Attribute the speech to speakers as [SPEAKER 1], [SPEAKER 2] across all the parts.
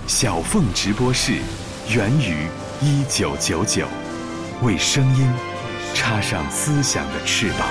[SPEAKER 1] 小凤直播室源于1999，为声音插上思想的翅膀。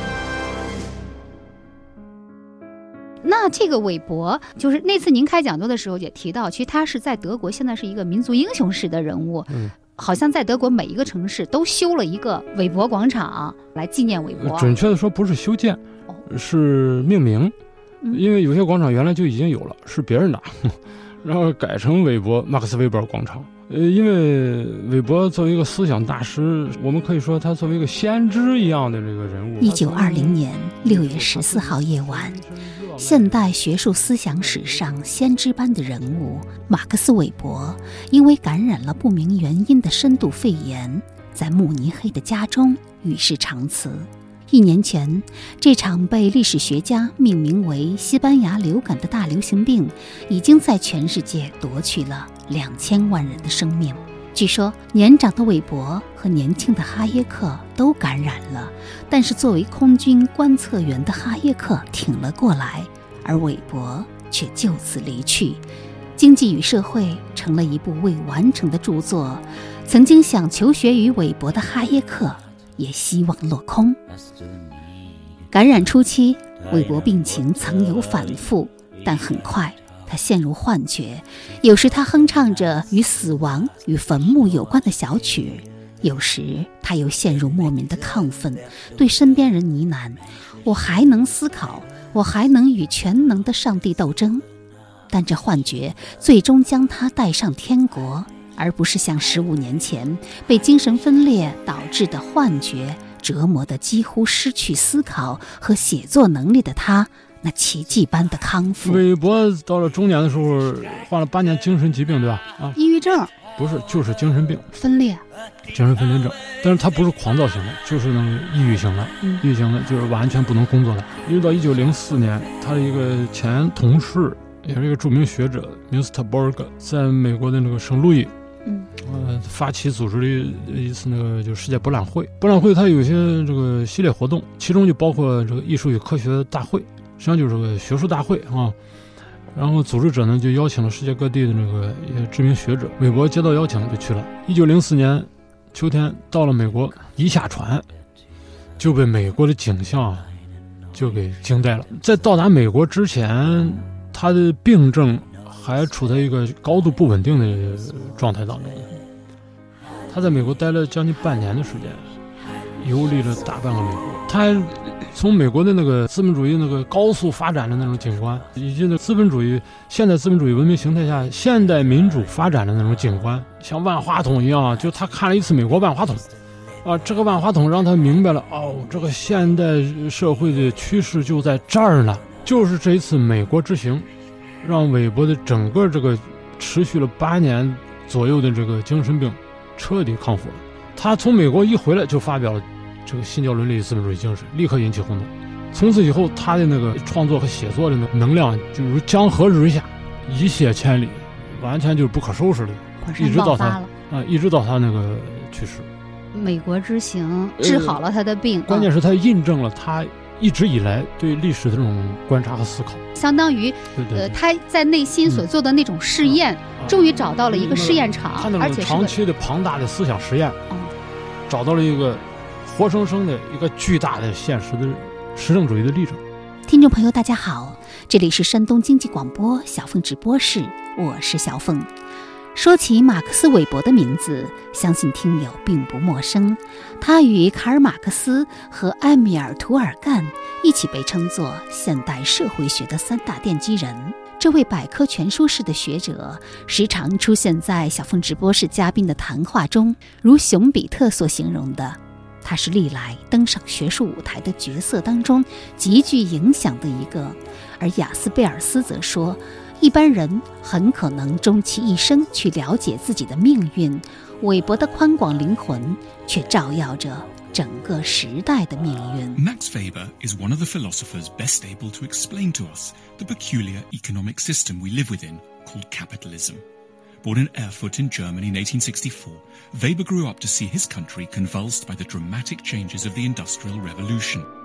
[SPEAKER 2] 那这个韦伯，就是那次您开讲座的时候也提到，其实他是在德国现在是一个民族英雄式的人物。好像在德国每一个城市都修了一个韦伯广场来纪念韦伯。
[SPEAKER 3] 准确的说不是修建，是命名。因为有些广场原来就已经有了，是别人的，然后改成韦伯马克思韦伯广场。因为韦伯作为一个思想大师，我们可以说他作为一个先知一样的这个人物。
[SPEAKER 4] 1920年6月14号夜晚，现代学术思想史上先知般的人物马克思韦伯，因为感染了不明原因的深度肺炎，在慕尼黑的家中与世长辞。1年前，这场被历史学家命名为西班牙流感的大流行病，已经在全世界夺去了2000万人的生命。据说，年长的韦伯和年轻的哈耶克都感染了，但是作为空军观测员的哈耶克挺了过来，而韦伯却就此离去。经济与社会成了一部未完成的著作，曾经想求学于韦伯的哈耶克也希望落空。感染初期，韦伯病情曾有反复，但很快他陷入幻觉，有时他哼唱着与死亡与坟墓有关的小曲，有时他又陷入莫名的亢奋，对身边人呢喃：我还能思考，我还能与全能的上帝斗争。但这幻觉最终将他带上天国，而不是像15年前被精神分裂导致的幻觉折磨得几乎失去思考和写作能力的他那奇迹般的康复。
[SPEAKER 3] 韦伯到了中年的时候患了8年精神疾病，对吧？
[SPEAKER 2] 抑郁症？
[SPEAKER 3] 不是，就是精神病
[SPEAKER 2] 分裂，
[SPEAKER 3] 精神分裂症。但是他不是狂躁型的，就是那个抑郁型的。抑郁型的就是完全不能工作了。一直到1904年，他的一个前同事，也是一个著名学者明斯特伯格，在美国的那个圣路易发起组织了一次那个就是世界博览会。博览会它有一些这个系列活动，其中就包括这个艺术与科学大会，实际上就是个学术大会啊。然后组织者呢就邀请了世界各地的那个一些知名学者，韦伯接到邀请就去了。1904年秋天到了美国，一下船就被美国的景象就给惊呆了。在到达美国之前，他的病症还处在一个高度不稳定的状态当中。他在美国待了将近半年的时间，游历了大半个美国。他从美国的那个资本主义那个高速发展的那种景观，以及那资本主义现代资本主义文明形态下现代民主发展的那种景观，像万花筒一样，就他看了一次美国万花筒这个万花筒让他明白了，这个现代社会的趋势就在这儿呢。就是这一次美国之行，让韦伯的整个这个持续了8年左右的这个精神病彻底康复了。他从美国一回来就发表了这个新教伦理资本主义精神，立刻引起轰动。从此以后，他的那个创作和写作的能量就如江河日下，一泻千里，完全就是不可收拾的，一直到他那个去世。
[SPEAKER 2] 美国之行治好了他的病，
[SPEAKER 3] 关键是他印证了他一直以来对历史的这种观察和思考，
[SPEAKER 2] 相当于他在内心所做的那种试验，终于找到了一个试验场，
[SPEAKER 3] 他那种长期的庞大的思想实验，找到了一个活生生的一个巨大的现实的实证主义的例证。
[SPEAKER 4] 听众朋友大家好，这里是山东经济广播小凤直播室，我是小凤。说起马克思韦伯的名字，相信听友并不陌生。他与卡尔马克思和埃米尔图尔干一起被称作现代社会学的3大奠基人。这位百科全书式的学者时常出现在小凤直播室嘉宾的谈话中，如熊彼特所形容的，他是历来登上学术舞台的角色当中极具影响的一个。而雅斯贝尔斯则说，一般人很可能终其一生去了解自己的命运，韦伯的宽广灵魂却照耀着整个时代的命运。
[SPEAKER 5] Max Weber is one of the philosophers best able to explain to us the peculiar economic system we live within, called capitalism. Born in Erfurt in Germany in 1864, Weber grew up to see his country convulsed by the dramatic changes of the Industrial Revolution.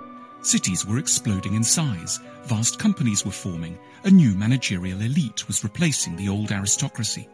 [SPEAKER 5] Cities were exploding in size, vast companies were forming, a new managerial elite was replacing the old aristocracy.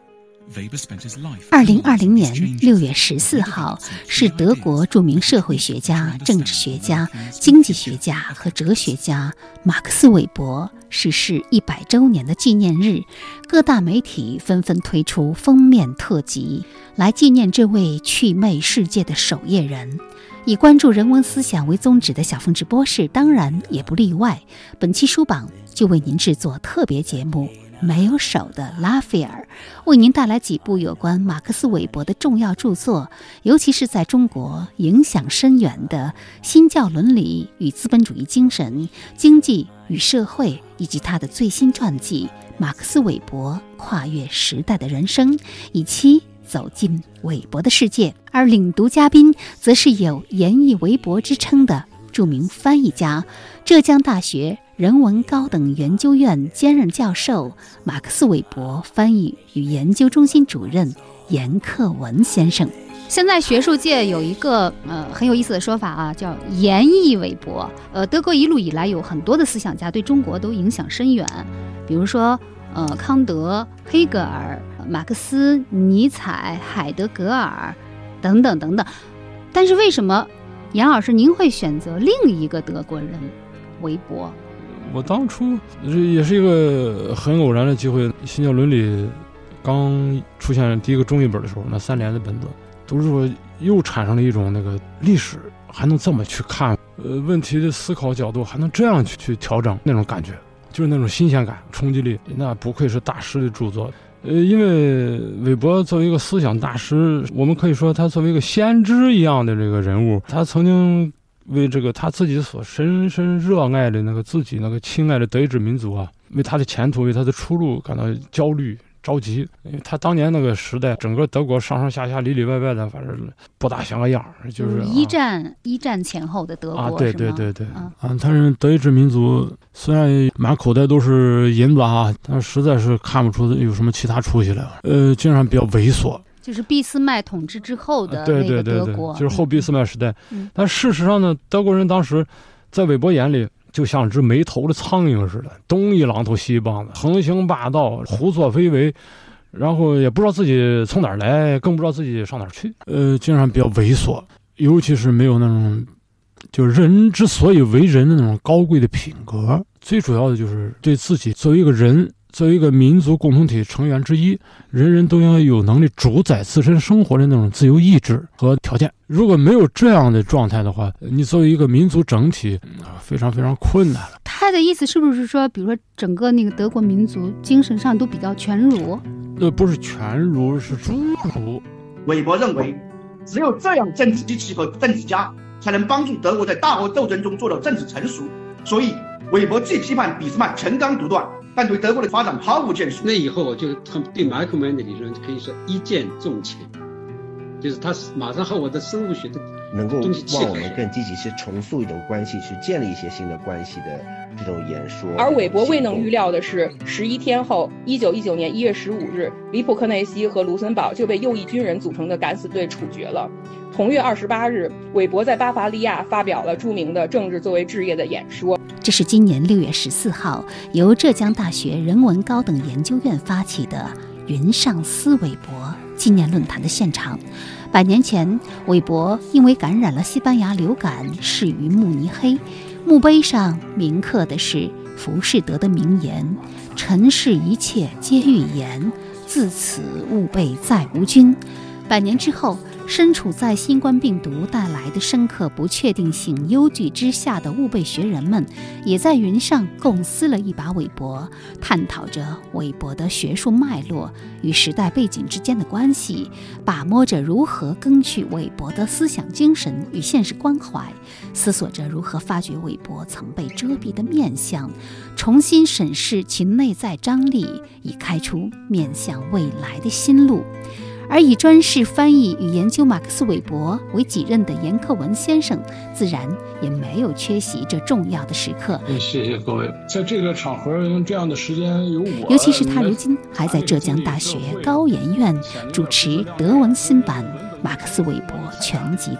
[SPEAKER 4] 2020年6月14号是德国著名社会学家、政治学家、经济学家和哲学家马克思·韦伯逝世100周年的纪念日，各大媒体纷纷推出封面特辑来纪念这位祛魅世界的守夜人。以关注人文思想为宗旨的小凤直播室当然也不例外，本期书榜就为您制作特别节目没有手的拉斐尔，为您带来几部有关马克思韦伯的重要著作，尤其是在中国影响深远的新教伦理与资本主义精神、经济与社会，以及他的最新传记《马克思韦伯跨越时代的人生》，以期走进韦伯的世界。而领读嘉宾则是有演绎韦伯之称的著名翻译家，浙江大学人文高等研究院兼任教授、马克思韦伯翻译与研究中心主任严克文先生。
[SPEAKER 2] 现在学术界有一个很有意思的说法啊，叫研绎韦伯。德国一路以来有很多的思想家对中国都影响深远，比如说康德、黑格尔、马克思、尼采、海德格尔等等等等。但是为什么严老师您会选择另一个德国人韦伯？
[SPEAKER 3] 我当初也是一个很偶然的机会，新教伦理刚出现第一个中译本的时候，那3连的本子读书又产生了一种那个历史还能这么去看，问题的思考角度还能这样去调整，那种感觉就是那种新鲜感、冲击力，那不愧是大师的著作。因为韦伯作为一个思想大师，我们可以说他作为一个先知一样的这个人物，他曾经为这个他自己所深深热爱的那个自己那个亲爱的德意志民族啊，为他的前途、为他的出路感到焦虑着急。因为他当年那个时代，整个德国上上下下里里外外的，反正不大像个样，就是
[SPEAKER 2] 一战前后的德国啊，
[SPEAKER 3] 对，他是德意志民族，虽然满口袋都是银子啊，但实在是看不出有什么其他出息来。经常比较猥琐。
[SPEAKER 2] 就是俾斯麦统治之后的那个德国，
[SPEAKER 3] 就是后俾斯麦时代。但事实上呢，德国人当时在韦伯眼里就像只没头的苍蝇似的，东一榔头西一棒子，横行霸道，胡作非为，然后也不知道自己从哪儿来，更不知道自己上哪儿去。经常比较猥琐，尤其是没有那种就人之所以为人的那种高贵的品格。最主要的就是对自己作为一个人，作为一个民族共同体成员之一，人人都应该有能力主宰自身生活的那种自由意志和条件。如果没有这样的状态的话，你作为一个民族整体非常非常困难了。
[SPEAKER 2] 他的意思是不是说，比如说整个那个德国民族精神上都比较全儒？
[SPEAKER 3] 不是全儒，是诸儒。
[SPEAKER 6] 韦伯认为，只有这样政治机器和政治家才能帮助德国在大国斗争中做到政治成熟。所以韦伯既批判俾斯麦陈纲独断，但对德国的发展毫无建树。
[SPEAKER 7] 那以后就对马克曼的理论可以说一见钟情，就是他马上和我的生物学的
[SPEAKER 8] 能够往我们更积极去重塑一种关系，去建立一些新的关系的这种演说。
[SPEAKER 9] 而韦伯未能预料的是，11天后，1919年1月15日，里普克内西和卢森堡就被右翼军人组成的敢死队处决了。同月28日，韦伯在巴伐利亚发表了著名的政治作为置业的演说。
[SPEAKER 4] 这是今年6月14号由浙江大学人文高等研究院发起的云上思韦伯纪念论坛的现场。100年前，韦伯因为感染了西班牙流感逝于慕尼黑，墓碑上铭刻的是浮士德的名言：尘世一切皆预言，自此吾辈再无君。100年之后，身处在新冠病毒带来的深刻不确定性忧惧之下的吾辈学人们，也在云上共思了一把韦伯，探讨着韦伯的学术脉络与时代背景之间的关系，把摸着如何根据韦伯的思想精神与现实关怀，思索着如何发掘韦伯曾被遮蔽的面相，重新审视其内在张力，以开出面向未来的新路。而以专事翻译与研究马克思韦伯为己任的严克文先生，自然也没有缺席这重要的时刻。
[SPEAKER 3] 谢谢各位，在这个场合用这样的时间有我，
[SPEAKER 4] 尤其是他如今还在浙江大学高研院主持德文新版马克思韦伯全集的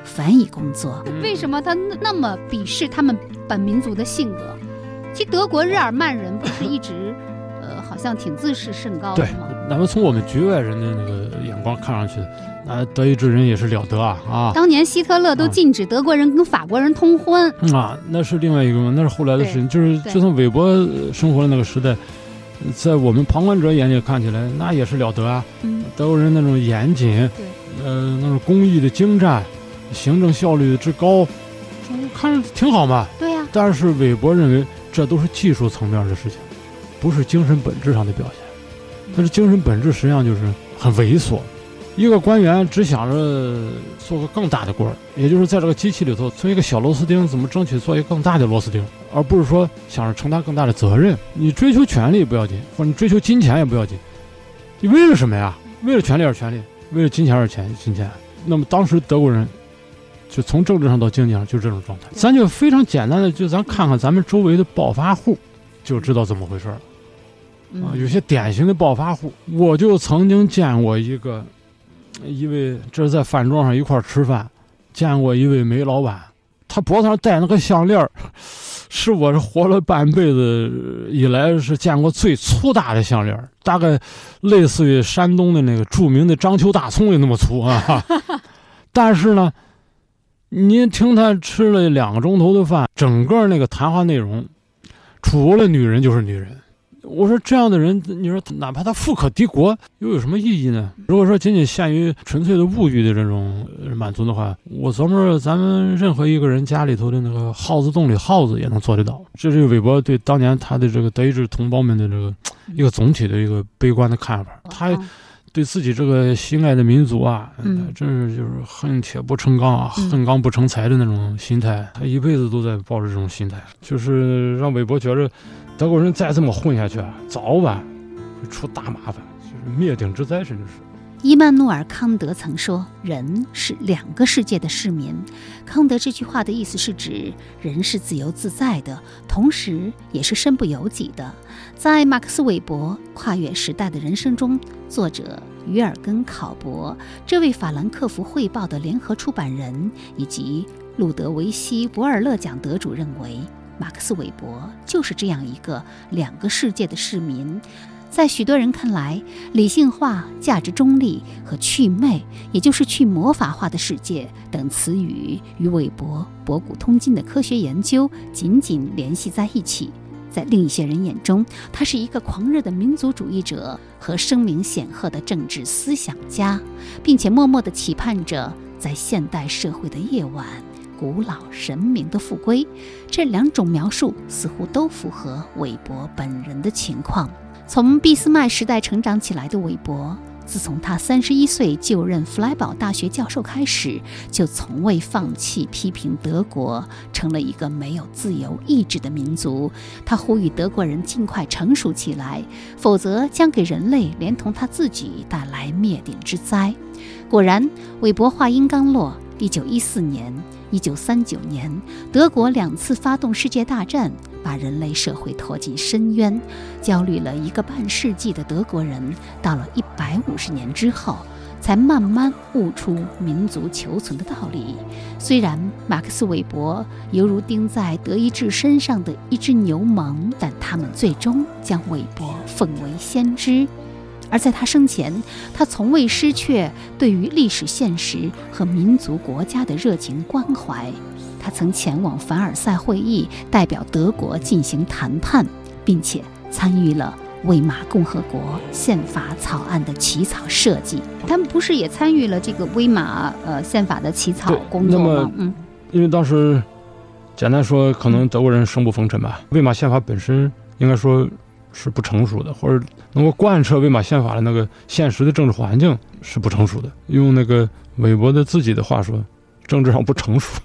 [SPEAKER 4] 翻译工作。
[SPEAKER 2] 为什么他那么鄙视他们本民族的性格？其实德国日耳曼人不是一直好像挺自视甚高的吗？
[SPEAKER 3] 对，那么从我们局外人的那个眼光看上去，那德意志人也是了得啊！
[SPEAKER 2] 当年希特勒都禁止德国人跟法国人通婚
[SPEAKER 3] 啊，那是另外一个，那是后来的事情。就从韦伯生活的那个时代，在我们旁观者眼里看起来，那也是了得啊！德国人那种严谨，那种工艺的精湛，行政效率之高，看着挺好嘛。
[SPEAKER 2] 对呀。
[SPEAKER 3] 但是韦伯认为这都是技术层面的事情，不是精神本质上的表现。但是精神本质实际上就是很猥琐。一个官员只想着做个更大的官，也就是在这个机器里头，从一个小螺丝钉怎么争取做一个更大的螺丝钉，而不是说想着承担更大的责任。你追求权力不要紧，或者你追求金钱也不要紧，你为了什么呀？为了权力而权力，为了金钱而金钱。那么当时德国人就从政治上到经济上就这种状态。咱就非常简单的，就咱看看咱们周围的暴发户，就知道怎么回事了。有些典型的暴发户，我就曾经见过一位，这是在饭桌上一块吃饭，见过一位煤老板，他脖子上戴那个项链，是我是活了半辈子以来是见过最粗大的项链，大概类似于山东的那个著名的章丘大葱的那么粗啊。但是呢，您听他吃了2个钟头的饭，整个那个谈话内容，除了女人就是女人。我说这样的人，你说哪怕他富可敌国，又有什么意义呢？如果说仅仅限于纯粹的物欲的这种满足的话，我琢磨咱们任何一个人家里头的那个耗子洞里耗子也能做得到。这是韦伯对当年他的这个德意志同胞们的这个一个总体的一个悲观的看法。他对自己这个心爱的民族啊，真是就是恨铁不成钢啊，恨钢不成材的那种心态。他一辈子都在抱着这种心态，就是让韦伯觉着德国人再这么混下去啊，早晚会出大麻烦，就是灭顶之灾，甚至是。
[SPEAKER 4] 伊曼努尔·康德曾说，人是2个世界的市民。康德这句话的意思是指人是自由自在的，同时也是身不由己的。在马克思韦伯跨越时代的人生中，作者于尔根·考伯，这位法兰克福汇报的联合出版人，以及路德维希·博尔勒奖得主认为，马克思韦伯就是这样一个2个世界的市民。在许多人看来，理性化、价值中立和祛魅，也就是去魔法化的世界等词语，与韦伯博古通今的科学研究紧紧联系在一起。在另一些人眼中，他是一个狂热的民族主义者和声名显赫的政治思想家，并且默默地期盼着在现代社会的夜晚，古老神明的复归。这2种描述似乎都符合韦伯本人的情况。从俾斯麦时代成长起来的韦伯，自从他31岁就任弗莱堡大学教授开始，就从未放弃批评德国成了一个没有自由意志的民族。他呼吁德国人尽快成熟起来，否则将给人类连同他自己带来灭顶之灾。果然，韦伯话音刚落，1914年、1939年，德国2次发动世界大战，把人类社会拖进深渊。焦虑了1个半世纪的德国人，到了150年之后，才慢慢悟出民族求存的道理。虽然马克思韦伯犹如钉在德意志身上的一只牛虻，但他们最终将韦伯奉为先知。而在他生前，他从未失却对于历史现实和民族国家的热情关怀。他曾前往凡尔赛会议，代表德国进行谈判，并且参与了魏玛共和国宪法草案的起草设计。
[SPEAKER 2] 他们不是也参与了这个魏玛宪法的起草工作吗？
[SPEAKER 3] 因为当时简单说，可能德国人生不逢辰吧。魏玛宪法本身应该说是不成熟的，或者能够贯彻魏玛宪法的那个现实的政治环境是不成熟的。用那个韦伯的自己的话说，政治上不成熟。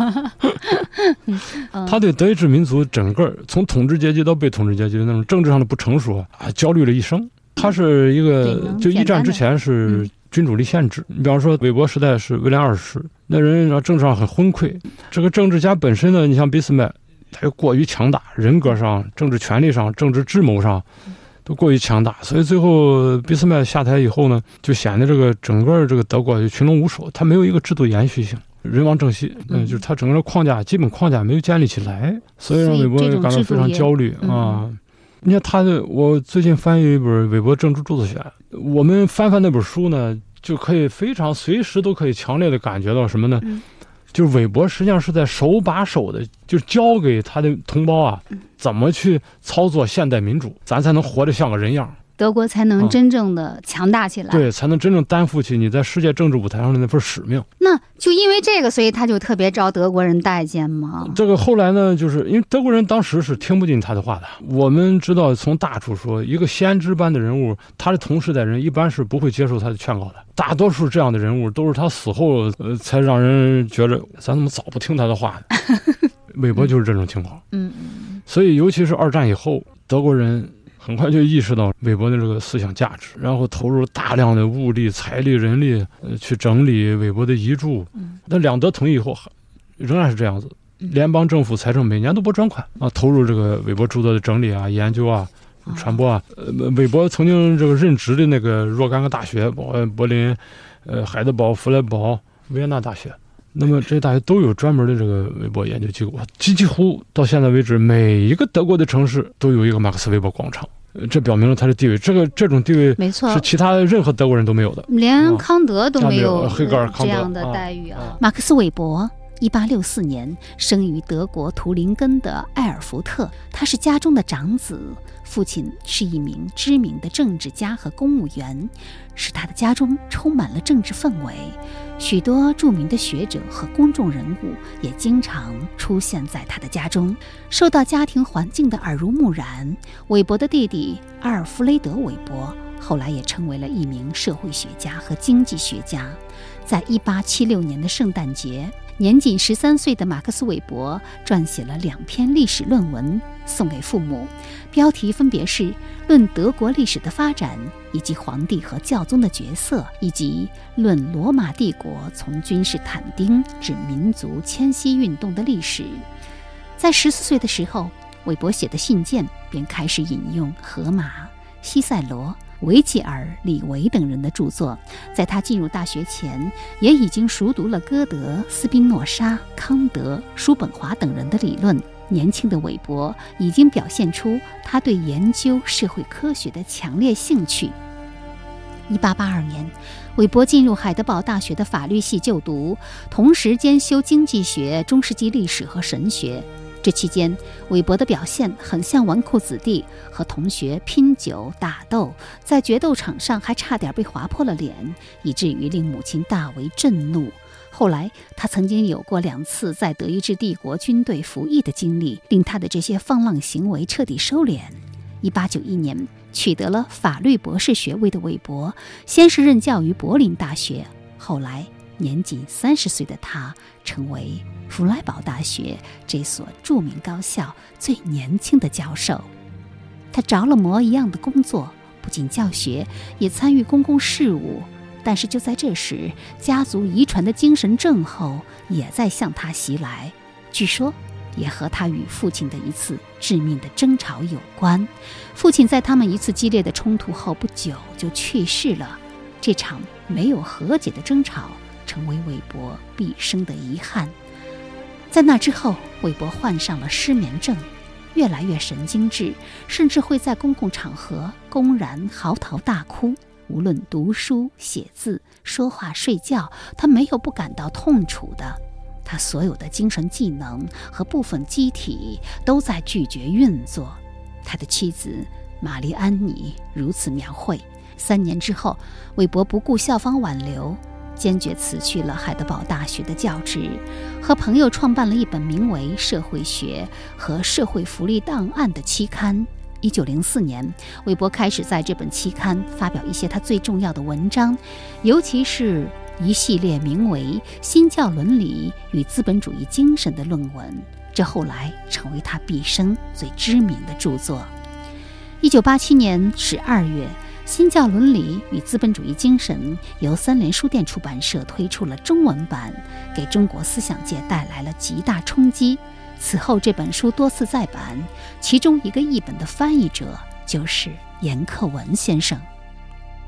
[SPEAKER 3] 他对德意志民族整个从统治阶级到被统治阶级的那种政治上的不成熟啊，焦虑了一生。他是一个就1战之前是君主立宪制，你比方说韦伯时代是威廉2世，那人政治上很昏聩。这个政治家本身呢，你像俾斯麦，他又过于强大，人格上、政治权力上、政治智谋上都过于强大，所以最后俾斯麦下台以后呢，就显得这个整个这个德国就群龙无首，他没有一个制度延续性。 人亡政息，就是他整个框架基本框架没有建立起来，所以让韦伯感到非常焦虑啊。你看我最近翻译一本韦伯政治著作学，我们翻那本书呢，就可以非常随时都可以强烈的感觉到什么呢？就是韦伯实际上是在手把手的，就是教给他的同胞啊，怎么去操作现代民主，咱才能活得像个人样。
[SPEAKER 2] 德国才能真正的强大起来，
[SPEAKER 3] 对，才能真正担负起你在世界政治舞台上的那份使命。
[SPEAKER 2] 那就因为这个，所以他就特别招德国人待见吗？
[SPEAKER 3] 这个后来呢，就是因为德国人当时是听不进他的话的。我们知道，从大处说，一个先知般的人物，他的同时代人一般是不会接受他的劝告的。大多数这样的人物都是他死后才让人觉得咱怎么早不听他的话呢？韦伯就是这种情况。所以尤其是二战以后，德国人很快就意识到韦伯的这个思想价值，然后投入大量的物力、财力、人力去整理韦伯的遗著。那两德统一以后，仍然是这样子。联邦政府财政每年都拨专款啊，投入这个韦伯著作的整理啊、研究啊、传播啊。韦伯曾经这个任职的那个若干个大学，柏林、海德堡、弗莱堡、维也纳大学。那么这些大学都有专门的这个韦伯研究机构，几乎到现在为止，每一个德国的城市都有一个马克思韦伯广场。这表明了他的地位，这种地位
[SPEAKER 2] 没错，
[SPEAKER 3] 是其他任何德国人都没有的，
[SPEAKER 2] 连康德都没有
[SPEAKER 3] 黑格尔、康德
[SPEAKER 2] 这样的待遇啊。
[SPEAKER 4] 马克思韦伯1864年生于德国图林根的埃尔福特，他是家中的长子，父亲是一名知名的政治家和公务员，使他的家中充满了政治氛围。许多著名的学者和公众人物也经常出现在他的家中。受到家庭环境的耳濡目染，韦伯的弟弟阿尔弗雷德·韦伯后来也成为了一名社会学家和经济学家。在1876年的圣诞节，年仅13岁的马克思韦伯撰写了2篇历史论文送给父母，标题分别是《论德国历史的发展》以及皇帝和教宗的角色，以及《论罗马帝国从君士坦丁至民族迁徙运动的历史》。在14岁的时候，韦伯写的信件便开始引用荷马、西塞罗、维吉尔、李维等人的著作。在他进入大学前，也已经熟读了歌德、斯宾诺莎、康德、叔本华等人的理论。年轻的韦伯已经表现出他对研究社会科学的强烈兴趣。1882年，韦伯进入海德堡大学的法律系就读，同时兼修经济学、中世纪历史和神学。这期间，韦伯的表现很像纨绔子弟，和同学拼酒打斗，在决斗场上还差点被划破了脸，以至于令母亲大为震怒。后来，他曾经有过2次在德意志帝国军队服役的经历，令他的这些放浪行为彻底收敛。1891年，取得了法律博士学位的韦伯，先是任教于柏林大学，后来年仅30岁的他成为弗莱堡大学这所著名高校最年轻的教授。他着了魔一样的工作，不仅教学，也参与公共事务。但是就在这时，家族遗传的精神症候也在向他袭来，据说也和他与父亲的一次致命的争吵有关。父亲在他们一次激烈的冲突后不久就去世了。这场没有和解的争吵成为韦伯毕生的遗憾。在那之后，韦伯患上了失眠症，越来越神经质，甚至会在公共场合公然嚎啕大哭。无论读书、写字、说话、睡觉，他没有不感到痛楚的。他所有的精神技能和部分机体都在拒绝运作。他的妻子玛丽安妮如此描绘。3年之后，韦伯不顾校方挽留，坚决辞去了海德堡大学的教职，和朋友创办了一本名为《社会学和社会福利档案》的期刊。1904年，韦伯开始在这本期刊发表一些他最重要的文章，尤其是一系列名为《新教伦理与资本主义精神》的论文，这后来成为他毕生最知名的著作。1987年12月，《新教伦理与资本主义精神》由三联书店出版社推出了中文版，给中国思想界带来了极大冲击。此后这本书多次再版，其中一个译本的翻译者就是严克文先生。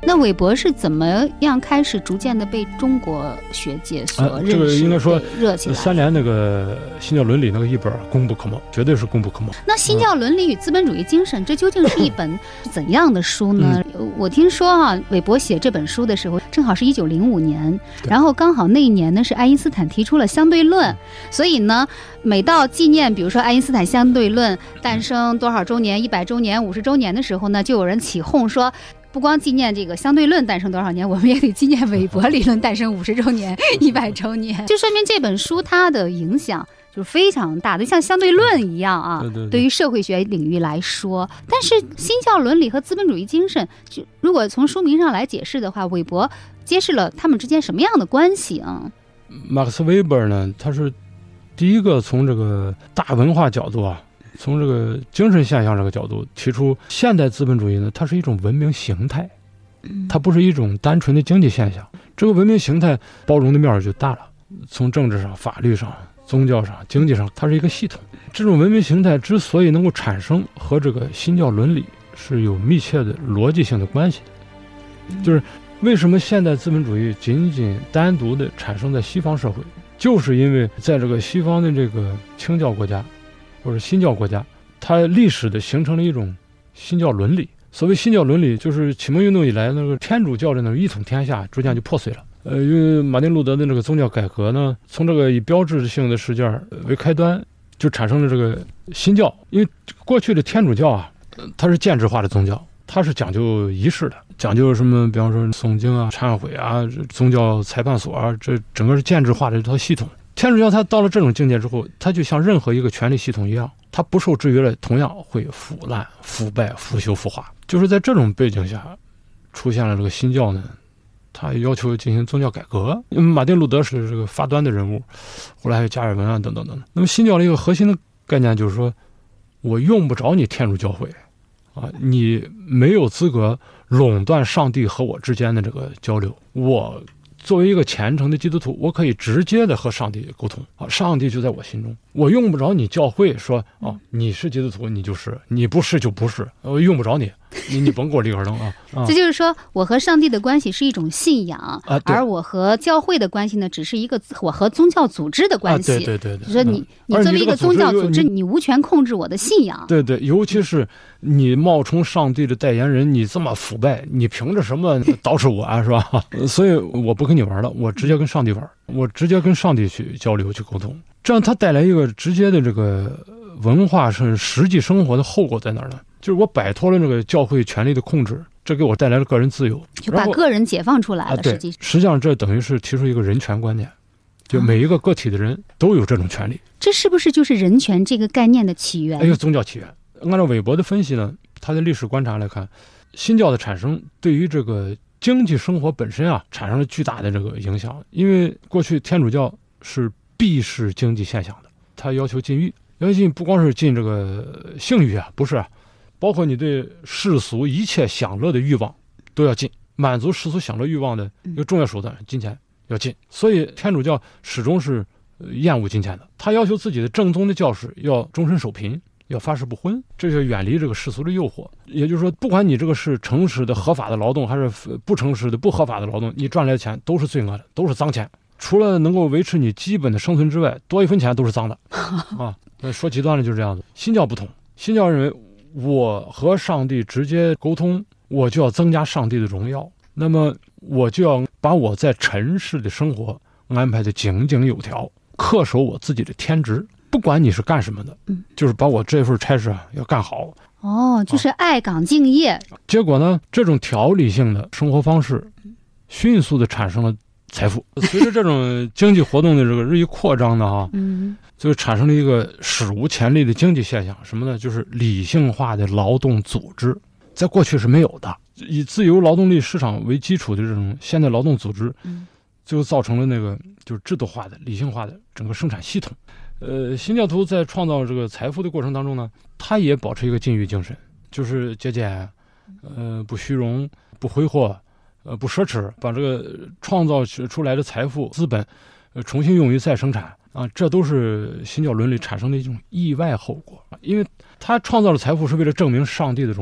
[SPEAKER 2] 那韦伯是怎么样开始逐渐的被中国学界所认识、
[SPEAKER 3] 这个应该说
[SPEAKER 2] 热起来
[SPEAKER 3] ？3联那个新教伦理那个一本功不可没，绝对是功不可没。
[SPEAKER 2] 那新教伦理与资本主义精神，这究竟是一本怎样的书呢？我听说韦伯写这本书的时候，正好是1905年，然后刚好那一年呢是爱因斯坦提出了相对论，所以呢，每到纪念，比如说爱因斯坦相对论诞生多少周年、100周年、50周年的时候呢，就有人起哄说，不光纪念这个相对论诞生多少年，我们也得纪念韦伯理论诞生50周年、100周年，就说明这本书它的影响就是非常大的，像相对论一样啊。对于社会学领域来说，但是新教伦理和资本主义精神，就如果从书名上来解释的话，韦伯揭示了他们之间什么样的关系啊？
[SPEAKER 3] 马克思韦伯呢，他是第一个从这个大文化角度从这个精神现象这个角度提出，现代资本主义呢，它是一种文明形态，它不是一种单纯的经济现象。这个文明形态包容的面就大了，从政治上、法律上、宗教上、经济上，它是一个系统。这种文明形态之所以能够产生，和这个新教伦理是有密切的逻辑性的关系的。就是为什么现代资本主义仅仅单独的产生在西方社会，就是因为在这个西方的这个清教国家或者新教国家，它历史的形成了一种新教伦理。所谓新教伦理，就是启蒙运动以来那个天主教的那个一统天下逐渐就破碎了。因为马丁路德的那个宗教改革呢，从这个以标志性的事件为开端，就产生了这个新教。因为过去的天主教它是建制化的宗教，它是讲究仪式的，讲究什么，比方说诵经忏悔宗教裁判所这整个是建制化的一套系统。天主教它到了这种境界之后，它就像任何一个权力系统一样，它不受制约了，同样会腐烂、腐败、腐朽、腐化。就是在这种背景下，出现了这个新教呢，他要求进行宗教改革。马丁路德是这个发端的人物，后来还有加尔文等等等等。那么新教的一个核心的概念就是说，我用不着你天主教会你没有资格垄断上帝和我之间的这个交流。我作为一个虔诚的基督徒，我可以直接的和上帝沟通上帝就在我心中，我用不着你教会说你是基督徒你就是，你不是就不是，我用不着你甭给我立个灯
[SPEAKER 2] 这就是说，我和上帝的关系是一种信仰而我和教会的关系呢，只是一个我和宗教组织的关系。
[SPEAKER 3] 对，
[SPEAKER 2] 就是说你作为一个宗教组织，你无权控制我的信仰。
[SPEAKER 3] 对，尤其是你冒充上帝的代言人，你这么腐败，你凭着什么捯饬我是吧？所以我不跟你玩了，我直接跟上帝玩，我直接跟上帝去交流去沟通。这样它带来一个直接的这个文化是实际生活的后果在哪儿呢？就是我摆脱了这个教会权力的控制，这给我带来了个人自由，
[SPEAKER 2] 就把个人解放出来了。
[SPEAKER 3] 实际上这等于是提出一个人权观念，就每一个个体的人都有这种权利。
[SPEAKER 2] 这是不是就是人权这个概念的起源？
[SPEAKER 3] 宗教起源。按照韦伯的分析呢，他的历史观察来看，新教的产生对于这个经济生活本身产生了巨大的这个影响。因为过去天主教是避视经济现象的，他要求禁欲，不光是禁这个性欲不是包括你对世俗一切享乐的欲望都要禁，满足世俗享乐欲望的一个重要手段金钱要禁。所以天主教始终是厌恶金钱的，他要求自己的正宗的教士要终身守贫，要发誓不婚，这就远离这个世俗的诱惑。也就是说，不管你这个是诚实的合法的劳动还是不诚实的不合法的劳动，你赚来的钱都是罪恶的，都是脏钱。除了能够维持你基本的生存之外，多一分钱都是脏的说极端了就是这样子。新教不同，新教认为我和上帝直接沟通，我就要增加上帝的荣耀，那么我就要把我在尘世的生活安排的井井有条，恪守我自己的天职，不管你是干什么的，就是把我这份差事要干好。
[SPEAKER 2] 就是爱岗敬业。
[SPEAKER 3] 结果呢，这种条理性的生活方式迅速的产生了财富。随着这种经济活动的这个日益扩张呢就产生了一个史无前例的经济现象，什么呢？就是理性化的劳动组织，在过去是没有的。以自由劳动力市场为基础的这种现代劳动组织，就造成了那个就是制度化的、理性化的整个生产系统。新教徒在创造这个财富的过程当中呢，他也保持一个禁欲精神，就是节俭，不虚荣，不挥霍，不奢侈，把这个创造出来的财富资本，重新用于再生产。这都是新教伦理产生的一种意外后果，因为他创造的财富是为了证明上帝的荣耀，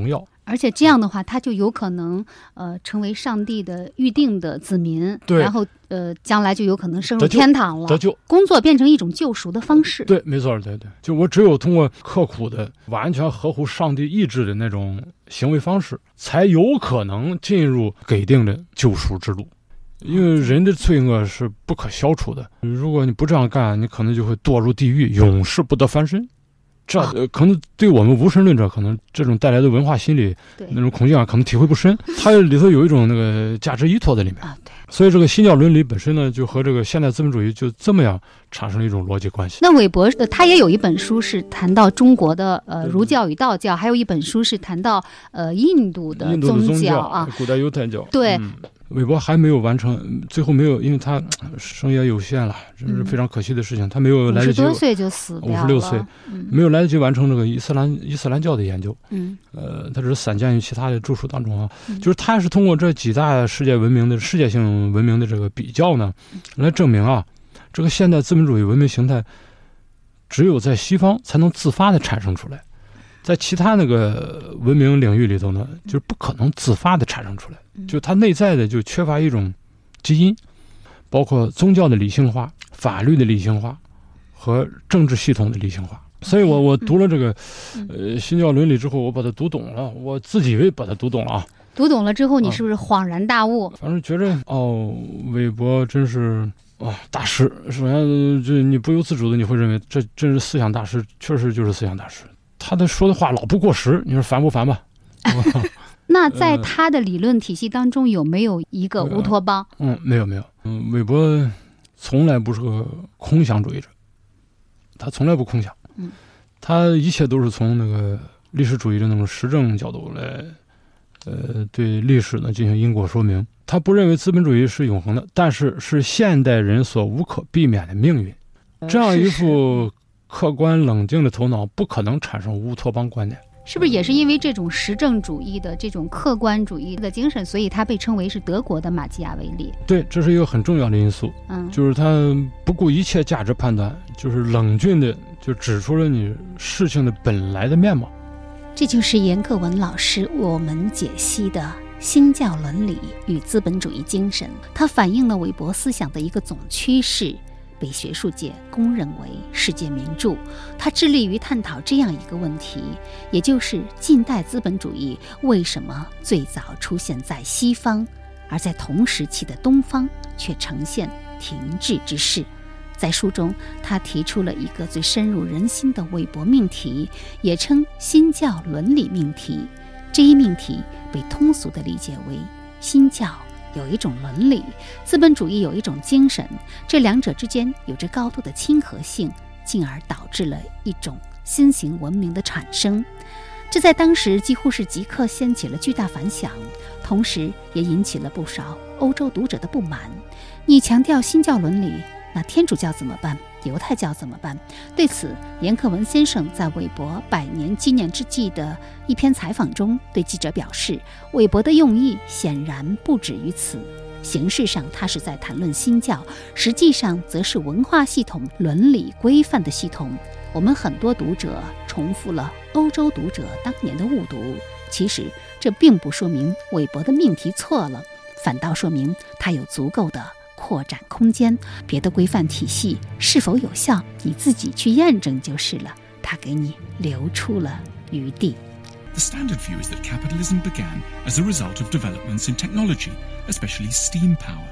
[SPEAKER 2] 而且这样的话，他就有可能成为上帝的预定的子民，
[SPEAKER 3] 对，
[SPEAKER 2] 然后将来就有可能升入天堂了，
[SPEAKER 3] 得救，
[SPEAKER 2] 工作变成一种救赎的方式。
[SPEAKER 3] 对，没错，对，就我只有通过刻苦的、完全合乎上帝意志的那种行为方式，才有可能进入给定的救赎之路。因为人的罪恶是不可消除的，如果你不这样干，你可能就会堕入地狱，永世不得翻身。这可能对我们无神论者，可能这种带来的文化心理那种恐惧感可能体会不深，它里头有一种那个价值依托在里面。所以这个新教伦理本身呢，就和这个现代资本主义就这么样产生了一种逻辑关系。
[SPEAKER 2] 那韦伯他也有一本书是谈到中国的儒教与道教，还有一本书是谈到印度的宗教啊，
[SPEAKER 3] 古代犹太教。
[SPEAKER 2] 对。
[SPEAKER 3] 韦伯还没有完成，最后没有，因为他生涯有限了，这是非常可惜的事情。他没有来得及，50
[SPEAKER 2] 多岁就死掉了
[SPEAKER 3] ，56岁，没有来得及完成这个伊斯兰教的研究。他只是散见于其他的著述当中啊。就是他是通过这几大世界性文明的这个比较呢，来证明啊，这个现代资本主义文明形态只有在西方才能自发的产生出来。在其他那个文明领域里头呢，就是不可能自发的产生出来，就它内在的就缺乏一种基因，包括宗教的理性化、法律的理性化和政治系统的理性化。所以我读了这个新教伦理之后，我把它读懂了，我自己以为把它读懂了啊。
[SPEAKER 2] 读懂了之后，你是不是恍然大悟？
[SPEAKER 3] 反正觉着韦伯真是大师。首先，这你不由自主的你会认为这真是思想大师，确实就是思想大师。他说的话老不过时，你说烦不烦吧？
[SPEAKER 2] 那在他的理论体系当中，有没有一个乌托邦？
[SPEAKER 3] 没有。韦伯从来不是个空想主义者，他从来不空想。他一切都是从那个历史主义的那种实证角度来，对历史呢进行因果说明。他不认为资本主义是永恒的，但是是现代人所无可避免的命运。这样一副客观冷静的头脑不可能产生乌托邦观念，
[SPEAKER 2] 是不是也是因为这种实证主义的这种客观主义的精神，所以他被称为是德国的马基雅维利？
[SPEAKER 3] 对，这是一个很重要的因素。就是他不顾一切价值判断，就是冷峻的就指出了你事情的本来的面貌。
[SPEAKER 4] 这就是严克文老师为我们解析的新教伦理与资本主义精神，它反映了韦伯思想的一个总趋势，被学术界公认为世界名著。他致力于探讨这样一个问题，也就是近代资本主义为什么最早出现在西方，而在同时期的东方却呈现停滞之势。在书中，他提出了一个最深入人心的韦伯命题，也称新教伦理命题。这一命题被通俗地理解为新教有一种伦理，资本主义有一种精神，这两者之间有着高度的亲和性，进而导致了一种新型文明的产生。这在当时几乎是即刻掀起了巨大反响，同时也引起了不少欧洲读者的不满。你强调新教伦理，那天主教怎么办？犹太教怎么办？对此，严克文先生在韦伯100年纪念之际的一篇采访中对记者表示，韦伯的用意显然不止于此。形式上他是在谈论新教，实际上则是文化系统伦理规范的系统。我们很多读者重复了欧洲读者当年的误读，其实这并不说明韦伯的命题错了，反倒说明他有足够的扩展空间，别的规范体系是否有效，你自己去验证就是了。它给你留出了余地。
[SPEAKER 5] The standard view is that capitalism began as a result of developments in technology, especially steam power.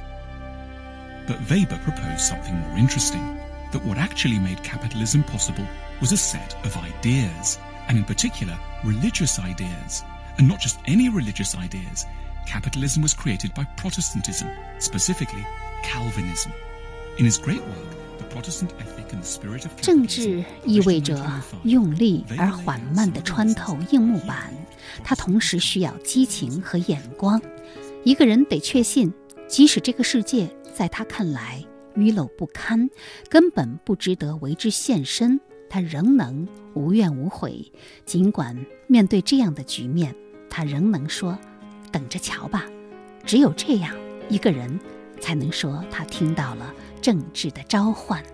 [SPEAKER 5] But Weber proposed something more interesting, that what actually made capitalism possible was a set of ideas, and in particular, religious ideas. And not just any religious ideas. Capitalism was created by Protestantism, specifically Calvinism. In his great work, The Protestant Ethic and the Spirit of Capitalism,
[SPEAKER 4] 政治意味着用力而缓慢地穿透硬木板，它同时需要激情和眼光。一个人得确信，即使这个世界在他看来淤陋不堪，根本不值得为之献身，他仍能无怨无悔。尽管面对这样的局面，他仍能说等着瞧吧。只有这样，一个人才能说他听到了政治的召唤。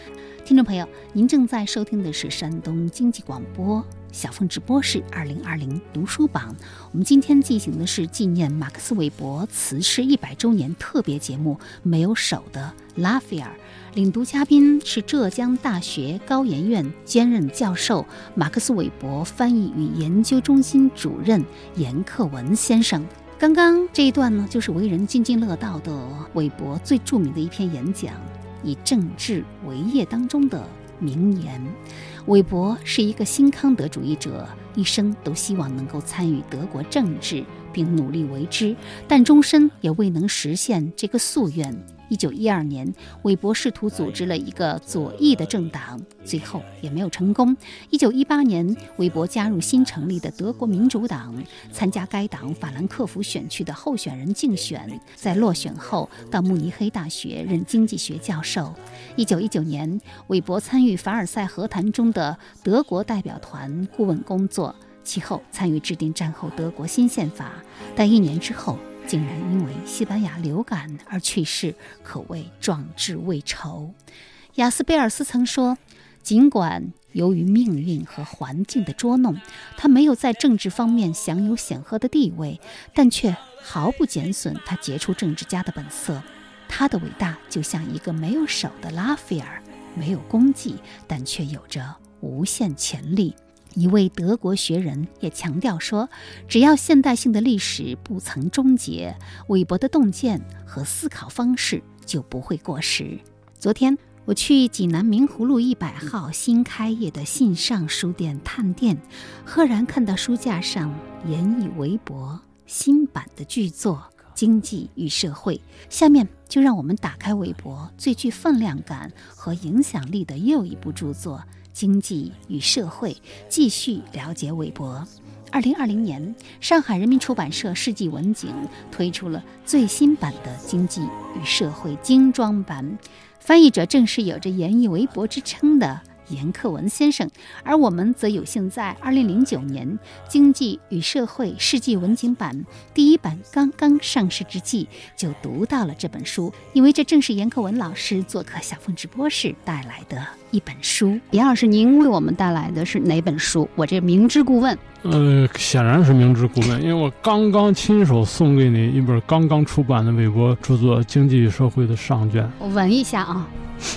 [SPEAKER 4] 听众朋友，您正在收听的是山东经济广播小凤直播室2020读书榜。我们今天进行的是纪念马克思韦伯辞世100周年特别节目《没有手的拉斐尔》。领读嘉宾是浙江大学高研院兼任教授、马克思韦伯翻译与研究中心主任严克文先生。刚刚这一段呢，就是为人津津乐道的韦伯最著名的一篇演讲，以政治为业当中的名言。韦伯是一个新康德主义者，一生都希望能够参与德国政治，并努力为之，但终身也未能实现这个夙愿。1912年，韦伯试图组织了一个左翼的政党，最后也没有成功。1918年，韦伯加入新成立的德国民主党，参加该党法兰克福选区的候选人竞选，在落选后到慕尼黑大学任经济学教授。1919年，韦伯参与凡尔赛和谈中的德国代表团顾问工作，其后参与制定战后德国新宪法，但1年之后竟然因为西班牙流感而去世，可谓壮志未酬。雅斯贝尔斯曾说，尽管由于命运和环境的捉弄，他没有在政治方面享有显赫的地位，但却毫不减损他杰出政治家的本色。他的伟大就像一个没有手的拉斐尔，没有功绩，但却有着无限潜力。一位德国学人也强调说，只要现代性的历史不曾终结，韦伯的洞见和思考方式就不会过时。昨天我去济南明湖路100号新开业的信上书店探店，赫然看到书架上严以韦伯新版的巨作《经济与社会》。下面就让我们打开韦伯最具分量感和影响力的又一部著作《经济与社会》，继续了解韦伯。2020年，上海人民出版社世纪文景推出了最新版的《经济与社会》精装版，翻译者正是有着严以韦伯之称的严克文先生，而我们则有幸在2009年《经济与社会》世纪文景版第1版刚刚上市之际就读到了这本书，因为这正是严克文老师做客小凤直播室带来的一本书。严老师，您为我们带来的是哪本书？我这明知故问。
[SPEAKER 3] 显然是明知故问，因为我刚刚亲手送给你一本刚刚出版的韦伯著作《经济与社会》的上卷。
[SPEAKER 2] 我闻一下啊。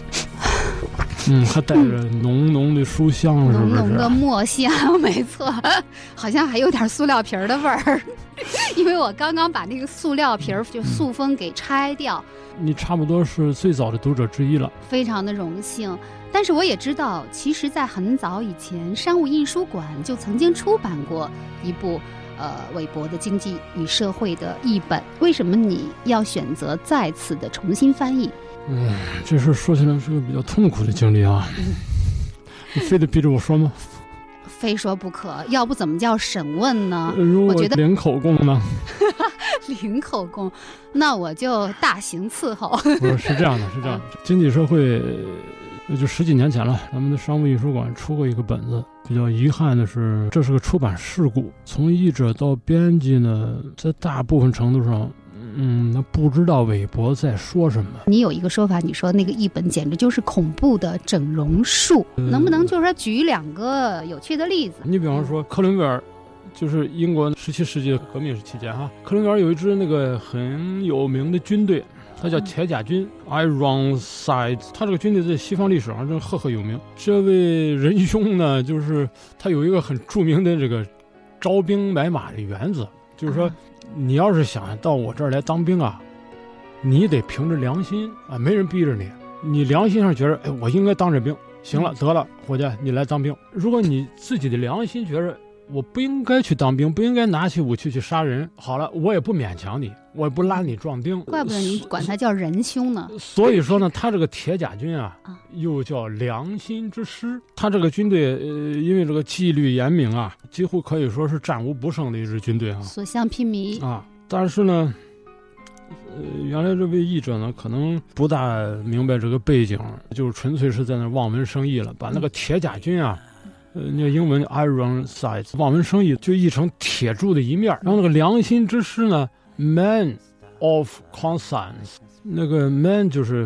[SPEAKER 3] 还带着浓浓的书香，是不是？
[SPEAKER 2] 浓浓的墨香，没错，好像还有点塑料皮儿的味儿。因为我刚刚把那个塑料皮儿就塑封给拆掉。
[SPEAKER 3] 你差不多是最早的读者之一了，
[SPEAKER 2] 非常的荣幸。但是我也知道，其实在很早以前，商务印书馆就曾经出版过一部韦伯的《经济与社会》的译本。为什么你要选择再次的重新翻译？
[SPEAKER 3] 这事说起来是个比较痛苦的经历啊。你非得逼着我说吗？
[SPEAKER 2] 非说不可，要不怎么叫审问呢？
[SPEAKER 3] 如果领口供呢？
[SPEAKER 2] 领口供，那我就大刑伺候。
[SPEAKER 3] 不是，是这样的，是这样的。经济社会就10几年前了，咱们的商务印书馆出过一个本子。比较遗憾的是，这是个出版事故。从译者到编辑呢，在大部分程度上，那不知道韦伯在说什么。你
[SPEAKER 2] 有一个说法，你说那个译本简直就是恐怖的整容术，能不能就是说举2个有趣的例子？
[SPEAKER 3] 你比方说克伦威尔，就是英国17世纪的革命期间哈，克伦威尔有一支那个很有名的军队，它叫铁甲军 Ironsides， 他这个军队在西方历史上真赫赫有名。这位仁兄呢，就是他有一个很著名的这个招兵买马的原则，就是说你要是想到我这儿来当兵啊，你得凭着良心啊，没人逼着你，你良心上觉得我应该当这兵，行了，得了，伙计，你来当兵。如果你自己的良心觉得我不应该去当兵，不应该拿起武器去杀人，好了，我也不勉强你，我也不拉你壮丁。
[SPEAKER 2] 怪不得你管他叫仁兄呢。
[SPEAKER 3] 所以说呢，他这个铁甲军啊，又叫良心之师。他这个军队因为这个纪律严明啊，几乎可以说是战无不胜的一支军队啊，
[SPEAKER 2] 所向披靡
[SPEAKER 3] 啊。但是呢原来这位译者呢可能不大明白这个背景，就是纯粹是在那望文生义了，把那个铁甲军啊那个英文 Ironsides 望文生义就译成铁柱的一面，然后那个良心之师呢 Man of Conscience， 那个 Man 就是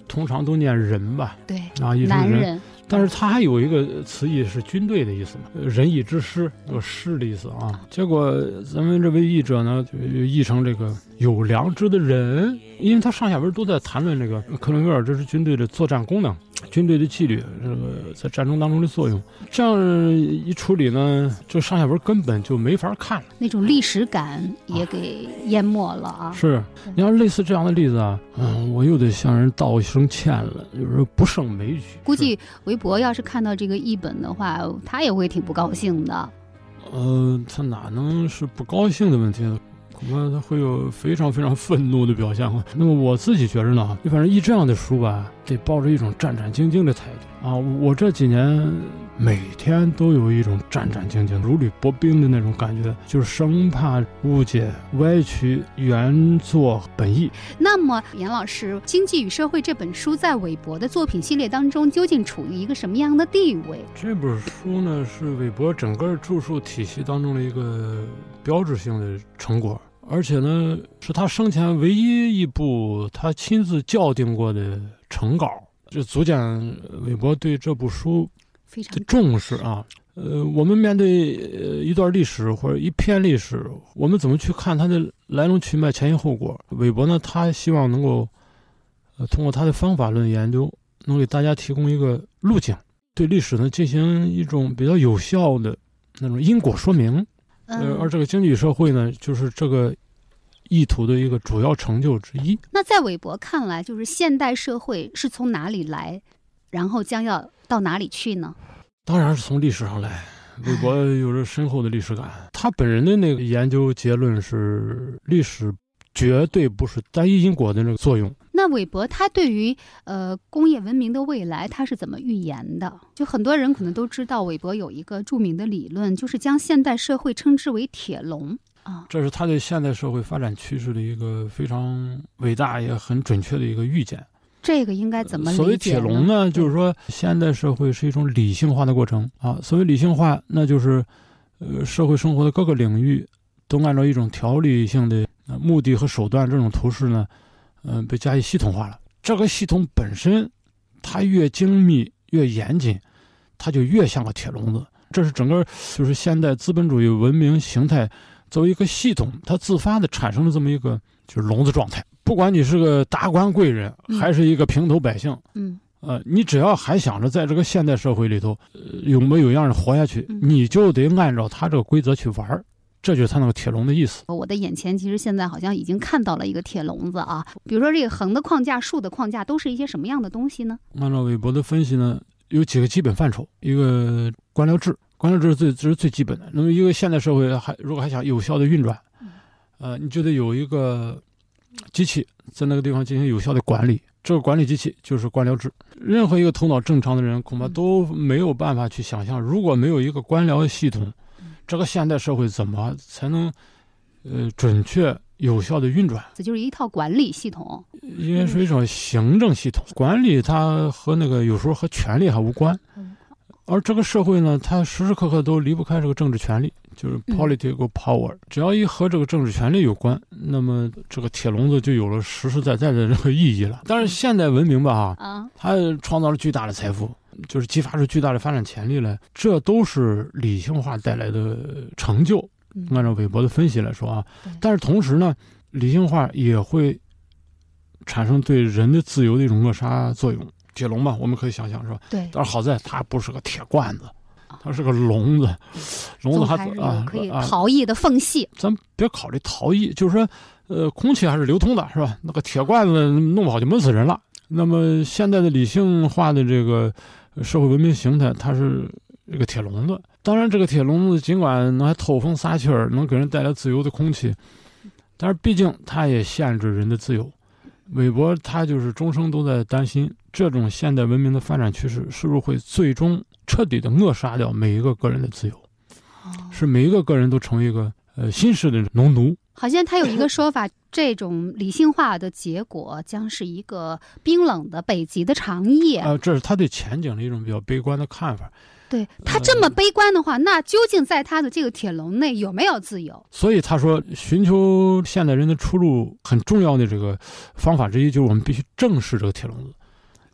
[SPEAKER 3] 通常都念人吧，
[SPEAKER 2] 对
[SPEAKER 3] 啊，一
[SPEAKER 2] 男人。
[SPEAKER 3] 但是它还有一个词义是军队的意思嘛，仁义之师，有师的意思啊。结果咱们这位译者呢，就译成这个有良知的人，因为他上下文都在谈论这个克伦威尔，这是军队的作战功能、军队的纪律，这个在战争当中的作用。这样一处理呢，这上下文根本就没法看了，
[SPEAKER 2] 那种历史感也给淹没了啊。
[SPEAKER 3] 是，你要类似这样的例子啊，我又得向人道一声歉了，就是不胜枚举。
[SPEAKER 2] 估计韦伯要是看到这个译本的话，他也会挺不高兴的。
[SPEAKER 3] 他哪能是不高兴的问题呢？恐怕他会有非常非常愤怒的表现。那么我自己觉着呢，你反正译这样的书吧，得抱着一种战战兢兢的态度啊。我这几年每天都有一种战战兢兢、如履薄冰的那种感觉，就是生怕误解、歪曲原作本意。
[SPEAKER 2] 那么严老师，《经济与社会》这本书在韦伯的作品系列当中究竟处于一个什么样的地位？
[SPEAKER 3] 这本书呢，是韦伯整个著述体系当中的一个标志性的成果，而且呢，是他生前唯一一部他亲自校订过的成稿，这足见韦伯对这部书
[SPEAKER 2] 非常
[SPEAKER 3] 的重视啊。我们面对一段历史或者一篇历史，我们怎么去看它的来龙去脉、前因后果？韦伯呢，他希望能够通过他的方法论研究，能给大家提供一个路径，对历史呢进行一种比较有效的那种因果说明。而这个经济与社会呢，就是这个意图的一个主要成就之一。
[SPEAKER 2] 那在韦伯看来，就是现代社会是从哪里来，然后将要到哪里去呢？
[SPEAKER 3] 当然是从历史上来。韦伯有着深厚的历史感，他本人的那个研究结论是，历史绝对不是单一因果的那个作用。
[SPEAKER 2] 那韦伯他对于工业文明的未来他是怎么预言的？就很多人可能都知道，韦伯有一个著名的理论，就是将现代社会称之为铁笼啊。
[SPEAKER 3] 这是他对现代社会发展趋势的一个非常伟大也很准确的一个预见。
[SPEAKER 2] 这个应该怎么理解呢？
[SPEAKER 3] 所谓铁笼呢，就是说现代社会是一种理性化的过程啊。所谓理性化，那就是社会生活的各个领域都按照一种条理性的目的和手段，这种图式呢被加以系统化了。这个系统本身它越精密越严谨，它就越像个铁笼子。这是整个就是现代资本主义文明形态作为一个系统，它自发的产生了这么一个就是笼子状态。不管你是个达官贵人还是一个平头百姓，你只要还想着在这个现代社会里头有没有样的活下去，你就得按照他这个规则去玩。这就是他那个铁笼的意思。
[SPEAKER 2] 我的眼前其实现在好像已经看到了一个铁笼子啊，比如说这个横的框架、竖的框架都是一些什么样的东西呢？
[SPEAKER 3] 按照韦伯的分析呢，有几个基本范畴。一个官僚制，官僚制这是最基本的。那么一个现代社会如果还想有效的运转，你就得有一个机器在那个地方进行有效的管理，这个管理机器就是官僚制。任何一个头脑正常的人恐怕都没有办法去想象，如果没有一个官僚系统，这个现代社会怎么才能准确有效的运转？
[SPEAKER 2] 这就是一套管理系统，
[SPEAKER 3] 应该是一种行政系统。管理它和那个有时候和权力还无关，而这个社会呢，它时时刻刻都离不开这个政治权力，就是 political power。只要一和这个政治权力有关，那么这个铁笼子就有了实实在在的这个意义了。但是现代文明吧，它创造了巨大的财富，就是激发出巨大的发展潜力来，这都是理性化带来的成就。按照韦伯的分析来说啊，但是同时呢，理性化也会产生对人的自由的一种扼杀作用。铁笼嘛，我们可以想象是吧？
[SPEAKER 2] 对。
[SPEAKER 3] 但是好在它不是个铁罐子，它是个笼子，笼子还
[SPEAKER 2] 有可以逃逸的缝隙。
[SPEAKER 3] 咱别考虑逃逸，就是说，空气还是流通的，是吧？那个铁罐子弄不好就闷死人了。那么现在的理性化的这个社会文明形态，它是这个铁笼子。当然，这个铁笼子尽管能还透风撒气儿，能给人带来自由的空气，但是毕竟它也限制人的自由。韦伯他就是终生都在担心，这种现代文明的发展趋势是不是会最终彻底的扼杀掉每一个个人的自由，使每一个个人都成为一个新式的农奴。
[SPEAKER 2] 好像他有一个说法，这种理性化的结果将是一个冰冷的北极的长夜。
[SPEAKER 3] 这是他对前景的一种比较悲观的看法。
[SPEAKER 2] 对，他这么悲观的话，那究竟在他的这个铁笼内有没有自由？
[SPEAKER 3] 所以他说，寻求现代人的出路很重要的这个方法之一，就是我们必须正视这个铁笼子。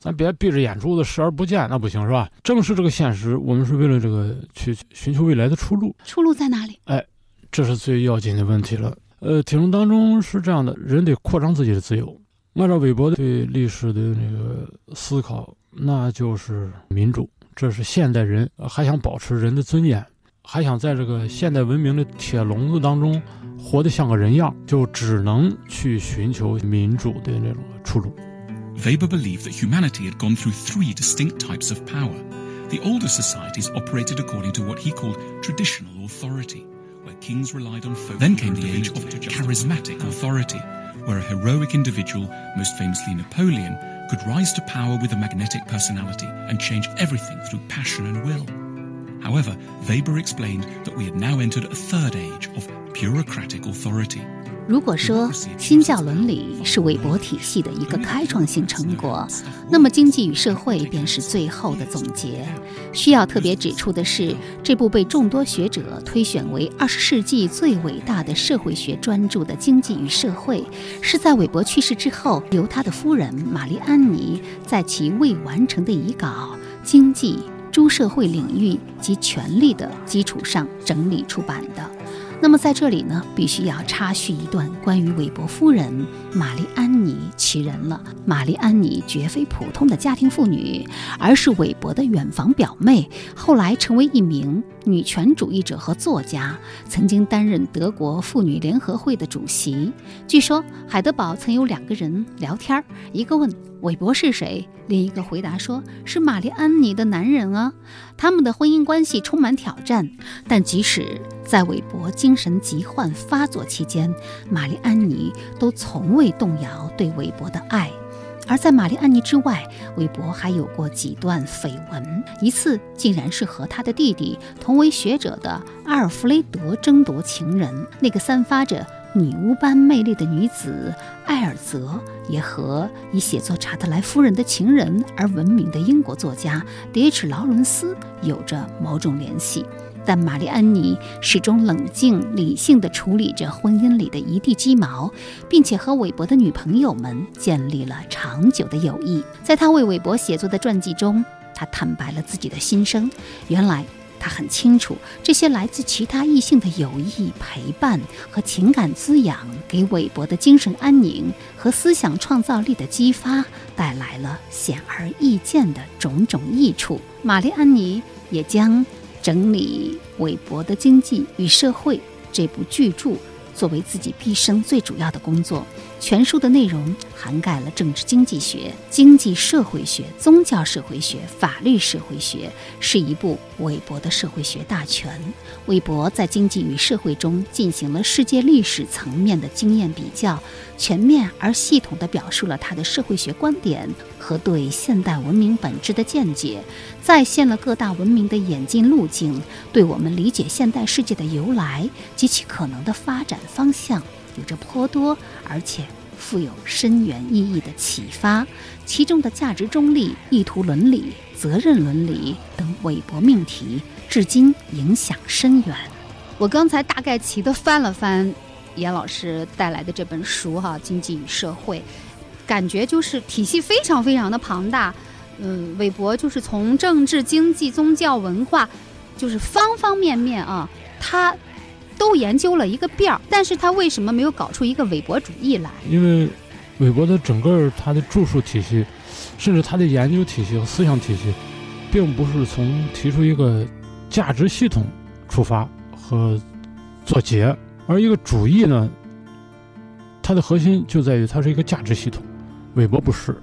[SPEAKER 3] 咱别闭着眼珠子视而不见，那不行是吧？正视这个现实，我们是为了这个去寻求未来的出路。
[SPEAKER 2] 出路在哪里？
[SPEAKER 3] 这是最要紧的问题了。体中当中是这样的，人得扩张自己的自由。按照韦伯对历史的那个思考，那就是民主，这是现代人还想保持人的尊严，还想在这个现代文明的铁笼子当中活得像个人样，就只能去寻求民主的那种出路。
[SPEAKER 5] Weber believed that humanity had gone through 3 distinct types of power. The older societies operated according to what he called traditional authority, where kings relied on folk. Then came the age of charismatic authority, where a heroic individual, most famously Napoleon, could rise to power with a magnetic personality and change everything through passion and will. However, Weber explained that we had now entered a third age of bureaucratic authority.
[SPEAKER 4] 如果说新教伦理是韦伯体系的一个开创性成果，那么经济与社会便是最后的总结。需要特别指出的是，这部被众多学者推选为20世纪最伟大的社会学专著的《经济与社会》，是在韦伯去世之后，由他的夫人玛丽安妮在其未完成的遗稿《经济、诸社会领域及权力》的基础上整理出版的。那么在这里呢，必须要插叙一段关于韦伯夫人玛丽安妮其人了。玛丽安妮绝非普通的家庭妇女，而是韦伯的远房表妹，后来成为一名女权主义者和作家，曾经担任德国妇女联合会的主席。据说海德堡曾有2个人聊天，一个问韦伯是谁，另一个回答说是玛丽安妮的男人啊。他们的婚姻关系充满挑战，但即使在韦伯精神疾患发作期间，玛丽安妮都从未动摇对韦伯的爱。而在玛丽安妮之外，韦伯还有过几段绯闻，一次竟然是和他的弟弟同为学者的阿尔弗雷德争夺情人。那个散发着女巫般魅力的女子艾尔泽，也和以写作查特莱夫人的情人而闻名的英国作家迪埃劳伦斯有着某种联系。但玛丽安妮始终冷静理性地处理着婚姻里的一地鸡毛，并且和韦伯的女朋友们建立了长久的友谊。在他为韦伯写作的传记中，他坦白了自己的心声。原来他很清楚，这些来自其他异性的友谊、陪伴和情感滋养，给韦伯的精神安宁和思想创造力的激发带来了显而易见的种种益处。玛丽安妮也将整理韦伯的《经济与社会》这部巨著作为自己毕生最主要的工作。全书的内容涵盖了政治经济学、经济社会学、宗教社会学、法律社会学，是一部韦伯的社会学大全。韦伯在《经济与社会》中进行了世界历史层面的经验比较，全面而系统地表述了他的社会学观点和对现代文明本质的见解，再现了各大文明的演进路径，对我们理解现代世界的由来及其可能的发展方向有着颇多而且富有深远意义的启发。其中的价值中立、意图伦理、责任伦理等韦伯命题至今影响深远。
[SPEAKER 2] 我刚才大概齐的翻了翻严老师带来的这本书《经济与社会》，感觉就是体系非常非常的庞大。韦伯就是从政治、经济、宗教、文化，就是方方面面啊，他都研究了一个遍儿。但是他为什么没有搞出一个韦伯主义来？
[SPEAKER 3] 因为韦伯的整个他的著述体系，甚至他的研究体系和思想体系，并不是从提出一个价值系统出发和做结，而一个主义呢，它的核心就在于它是一个价值系统。韦伯不是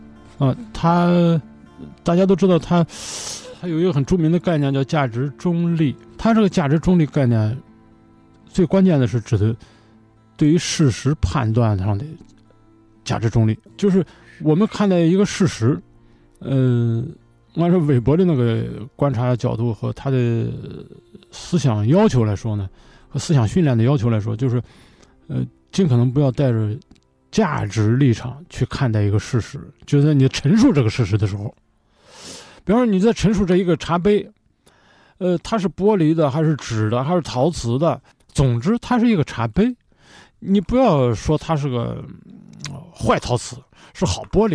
[SPEAKER 3] 大家都知道他有一个很著名的概念叫价值中立。他这个价值中立概念最关键的是指的对于事实判断上的价值中立，就是我们看待一个事实，按照韦伯的那个观察角度和他的思想要求来说呢，和思想训练的要求来说，就是尽可能不要带着价值立场去看待一个事实。就在你陈述这个事实的时候，比方说你在陈述这一个茶杯，它是玻璃的还是纸的还是陶瓷的，总之它是一个茶杯，你不要说它是个坏陶瓷是好玻璃，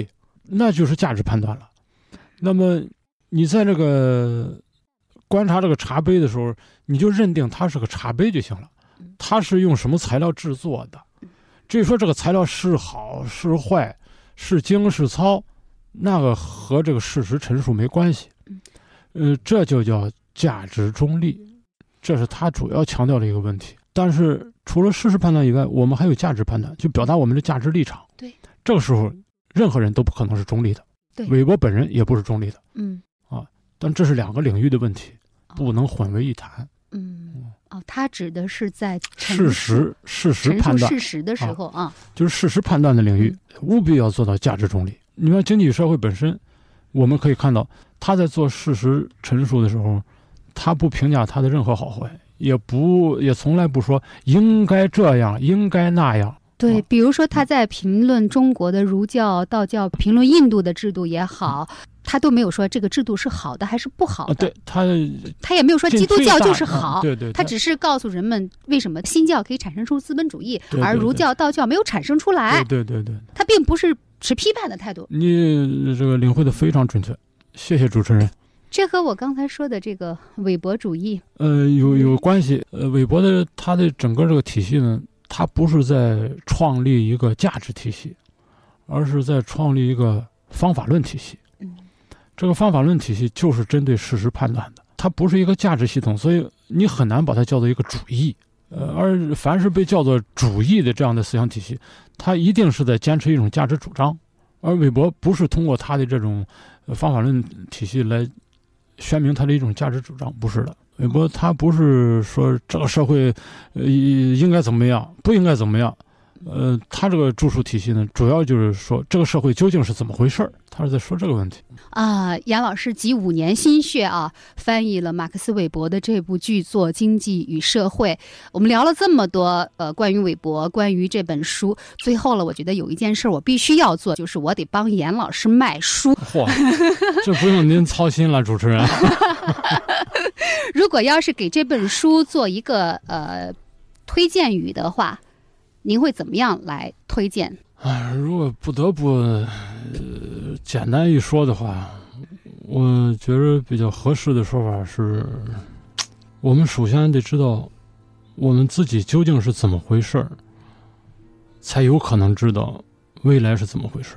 [SPEAKER 3] 那就是价值判断了。那么你在这个观察这个茶杯的时候，你就认定它是个茶杯就行了，它是用什么材料制作的。至于说这个材料是好是坏，是精是糙，那个和这个事实陈述没关系。这就叫价值中立，这是他主要强调的一个问题。但是除了事实判断以外，我们还有价值判断，就表达我们的价值立场。
[SPEAKER 2] 对，
[SPEAKER 3] 这个时候任何人都不可能是中立的，
[SPEAKER 2] 对，
[SPEAKER 3] 韦伯本人也不是中立的。但这是2个领域的问题，不能混为一谈。
[SPEAKER 2] 他指的是在
[SPEAKER 3] 事实判断
[SPEAKER 2] 事实的时候
[SPEAKER 3] 就是事实判断的领域，务必要做到价值中立。你看经济与社会本身，我们可以看到他在做事实陈述的时候，他不评价他的任何好坏，也从来不说应该这样应该那样。
[SPEAKER 2] 对，比如说他在评论中国的儒教、道教，评论印度的制度也好，他都没有说这个制度是好的还是不好的。
[SPEAKER 3] 对，
[SPEAKER 2] 他也没有说基督教就是好，
[SPEAKER 3] 对，
[SPEAKER 2] 他只是告诉人们为什么新教可以产生出资本主义，而儒教、道教没有产生出来。
[SPEAKER 3] 对，
[SPEAKER 2] 他并不是持批判的态度。
[SPEAKER 3] 你这个领会的非常准确，谢谢主持人。
[SPEAKER 2] 这和我刚才说的这个韦伯主义
[SPEAKER 3] 有关系。韦伯的他的整个这个体系呢，他不是在创立一个价值体系，而是在创立一个方法论体系。这个方法论体系就是针对事实判断的，它不是一个价值系统，所以你很难把它叫做一个主义。而凡是被叫做主义的这样的思想体系，它一定是在坚持一种价值主张。而韦伯不是通过他的这种方法论体系来宣明他的一种价值主张，不是的。韦伯他不是说这个社会应该怎么样，不应该怎么样。他这个著述体系呢，主要就是说这个社会究竟是怎么回事，他是在说这个问题。
[SPEAKER 2] 杨老师集5年心血翻译了马克思韦伯的这部巨作《经济与社会》。我们聊了这么多关于韦伯，关于这本书，最后了，我觉得有一件事我必须要做，就是我得帮严老师卖书。
[SPEAKER 3] 嚯，这不用您操心了，主持人。
[SPEAKER 2] 如果要是给这本书做一个推荐语的话，您会怎么样来推荐？
[SPEAKER 3] 如果不得不简单一说的话，我觉得比较合适的说法是，我们首先得知道我们自己究竟是怎么回事，才有可能知道未来是怎么回事。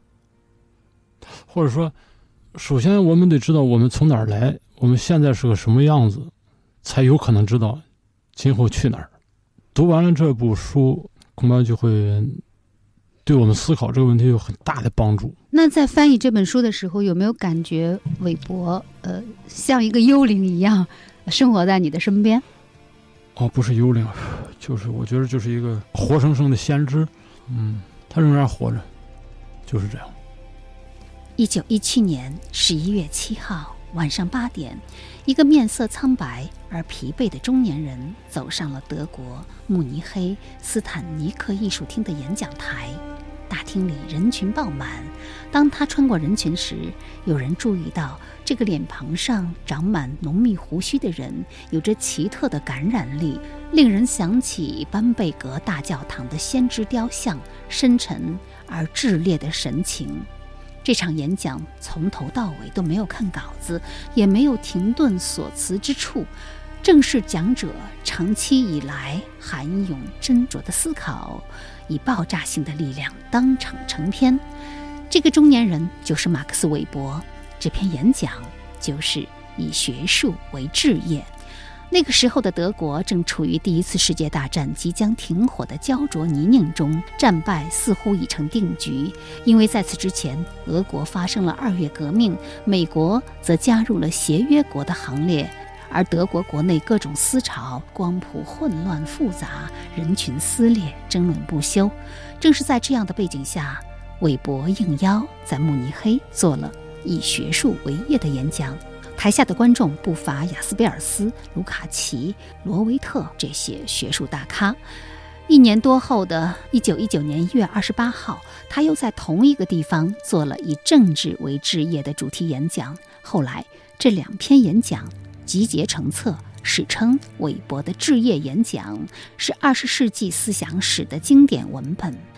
[SPEAKER 3] 或者说，首先我们得知道我们从哪儿来，我们现在是个什么样子，才有可能知道今后去哪儿。读完了这部书，恐怕就会对我们思考这个问题有很大的帮助。
[SPEAKER 2] 那在翻译这本书的时候，有没有感觉韦伯像一个幽灵一样生活在你的身边？
[SPEAKER 3] 不是幽灵，就是我觉得就是一个活生生的先知。他仍然活着，就是这样。
[SPEAKER 4] 1917年11月7号晚上8点，一个面色苍白而疲惫的中年人走上了德国慕尼黑斯坦尼克艺术厅的演讲台。大厅里人群爆满，当他穿过人群时，有人注意到这个脸庞上长满浓密胡须的人有着奇特的感染力，令人想起班贝格大教堂的先知雕像深沉而炽烈的神情。这场演讲从头到尾都没有看稿子，也没有停顿所词之处，正是讲者长期以来含勇斟酌的思考，以爆炸性的力量当场成篇。这个中年人就是马克思韦伯，这篇演讲就是以学术为志业。那个时候的德国正处于第一次世界大战即将停火的焦灼泥泞中，战败似乎已成定局。因为在此之前，俄国发生了2月革命，美国则加入了协约国的行列，而德国国内各种思潮光谱混乱复杂，人群撕裂，争论不休。正是在这样的背景下，韦伯应邀在慕尼黑做了以学术为业的演讲。台下的观众不乏雅斯贝尔斯、卢卡奇、罗维特这些学术大咖。1年多后的1919年1月28号，他又在同一个地方做了以政治为志业的主题演讲。后来这2篇演讲集结成册，史称韦伯的志业演讲，是20世纪思想史的经典文本。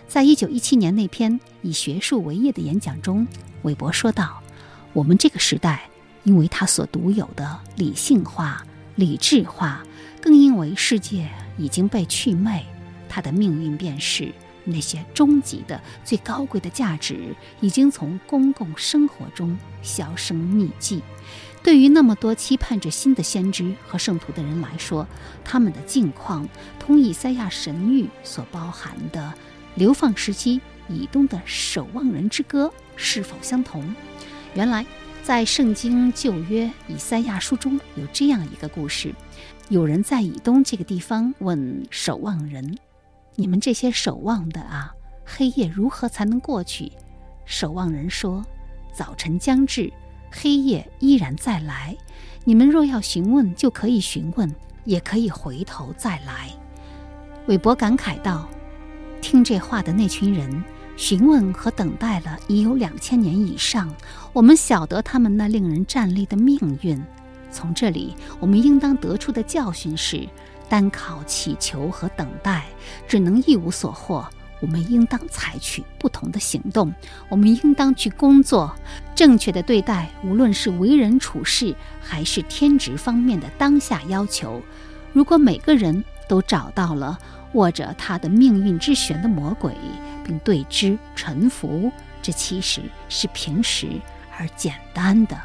[SPEAKER 4] 在1917年那篇以学术为业的演讲中，韦伯说道，我们这个时代因为它所独有的理性化、理智化，更因为世界已经被祛魅，它的命运便是那些终极的最高贵的价值已经从公共生活中销声匿迹。对于那么多期盼着新的先知和圣徒的人来说，他们的境况同以赛亚神谕所包含的流放时期以东的守望人之歌是否相同？原来在圣经旧约以赛亚书中有这样一个故事，有人在以东这个地方问守望人，你们这些守望的啊，黑夜如何才能过去？守望人说，早晨将至，黑夜依然再来，你们若要询问就可以询问，也可以回头再来。韦伯感慨道，听这话的那群人询问和等待了已有2000年以上，我们晓得他们那令人战栗的命运。从这里我们应当得出的教训是，单靠祈求和等待只能一无所获，我们应当采取不同的行动，我们应当去工作，正确的对待无论是为人处事还是天职方面的当下要求。如果每个人都找到了握着他的命运之弦的魔鬼，并对之臣服，这其实是平实而简单的。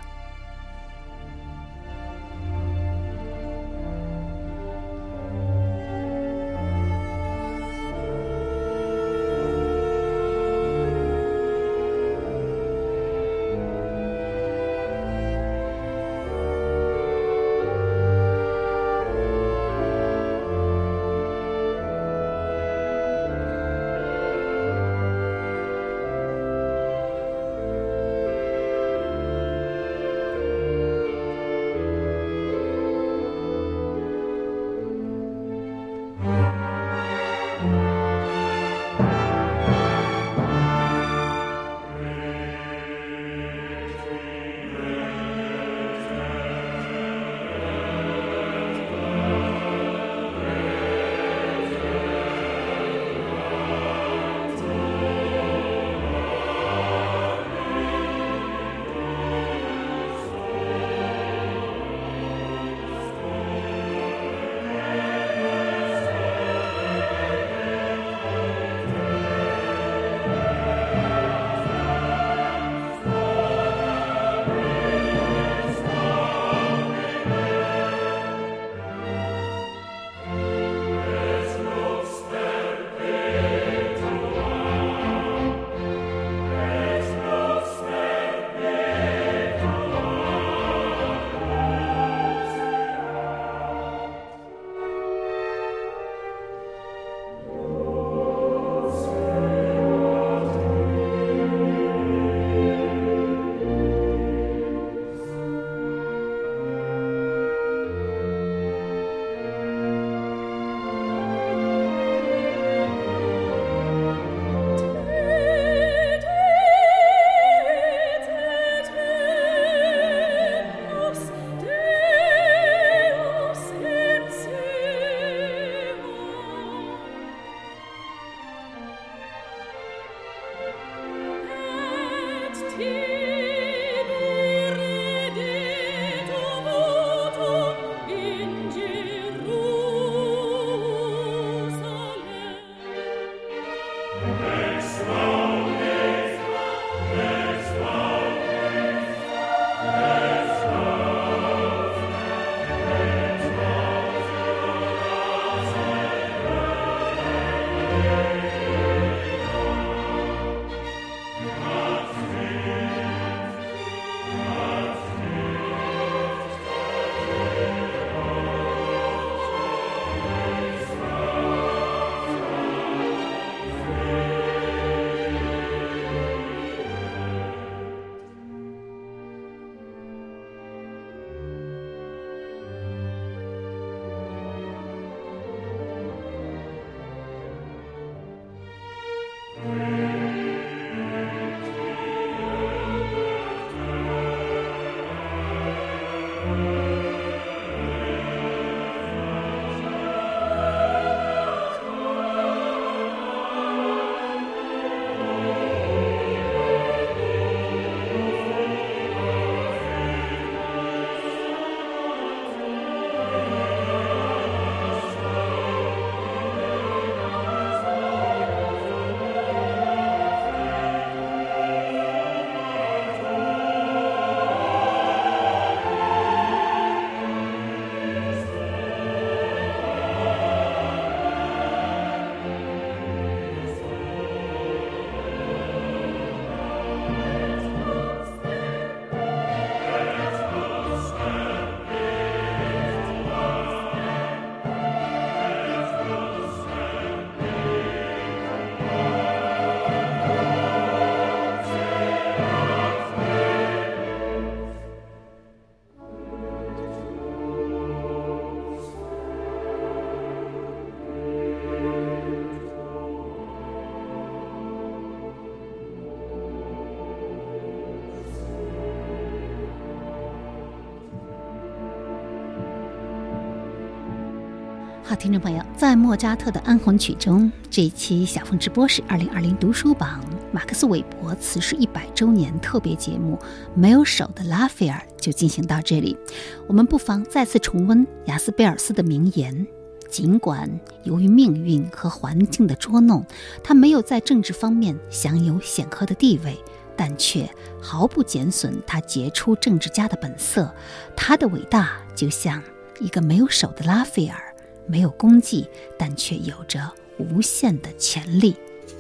[SPEAKER 4] 好，听众朋友，在莫扎特的安魂曲中，这一期小凤直播室2020读书榜马克思韦伯辞世100周年特别节目《没有手的拉斐尔》就进行到这里。我们不妨再次重温雅斯贝尔斯的名言，尽管由于命运和环境的捉弄，他没有在政治方面享有显赫的地位，但却毫不减损他杰出政治家的本色。他的伟大就像一个没有手的拉斐尔，没有功绩，但却有着无限的潜力。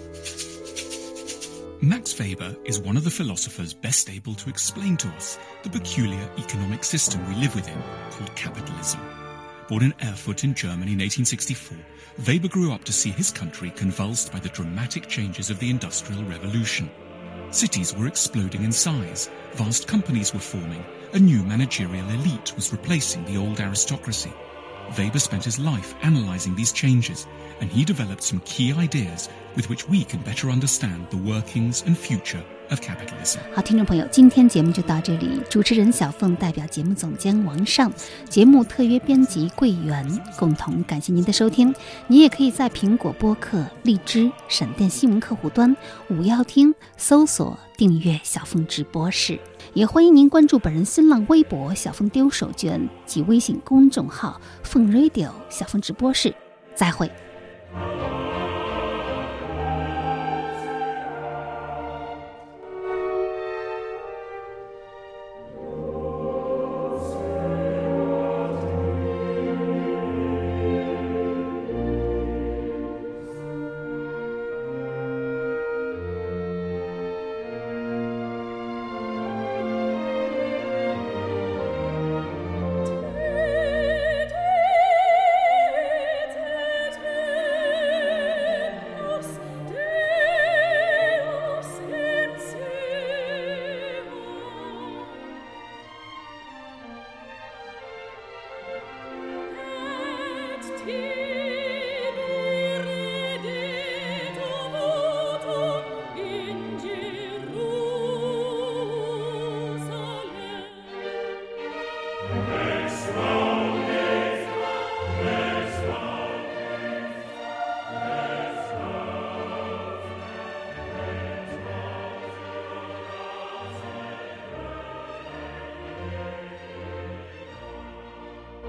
[SPEAKER 5] Max Weber is one of the philosophers best able to explain to us the peculiar economic system we live within, called capitalism. Born in Erfurt in Germany in 1864, Weber grew up to see his country convulsed by the dramatic changes of the Industrial Revolution. Cities were exploding in size, vast companies were forming, a new managerial elite was replacing the old aristocracy. Weber spent his life analyzing these changes, and he developed some key ideas with which we can better understand the workings and future of capitalism.
[SPEAKER 4] 好，听众朋友，今天节目就到这里。主持人小凤代表节目总监王尚，节目特约编辑桂圆，共同感谢您的收听。你也可以在苹果播客、荔枝、闪电新闻客户端、5要听搜索订阅小凤直播室。也欢迎您关注本人新浪微博小凤丢手绢及微信公众号凤 radio 小凤直播室。再会。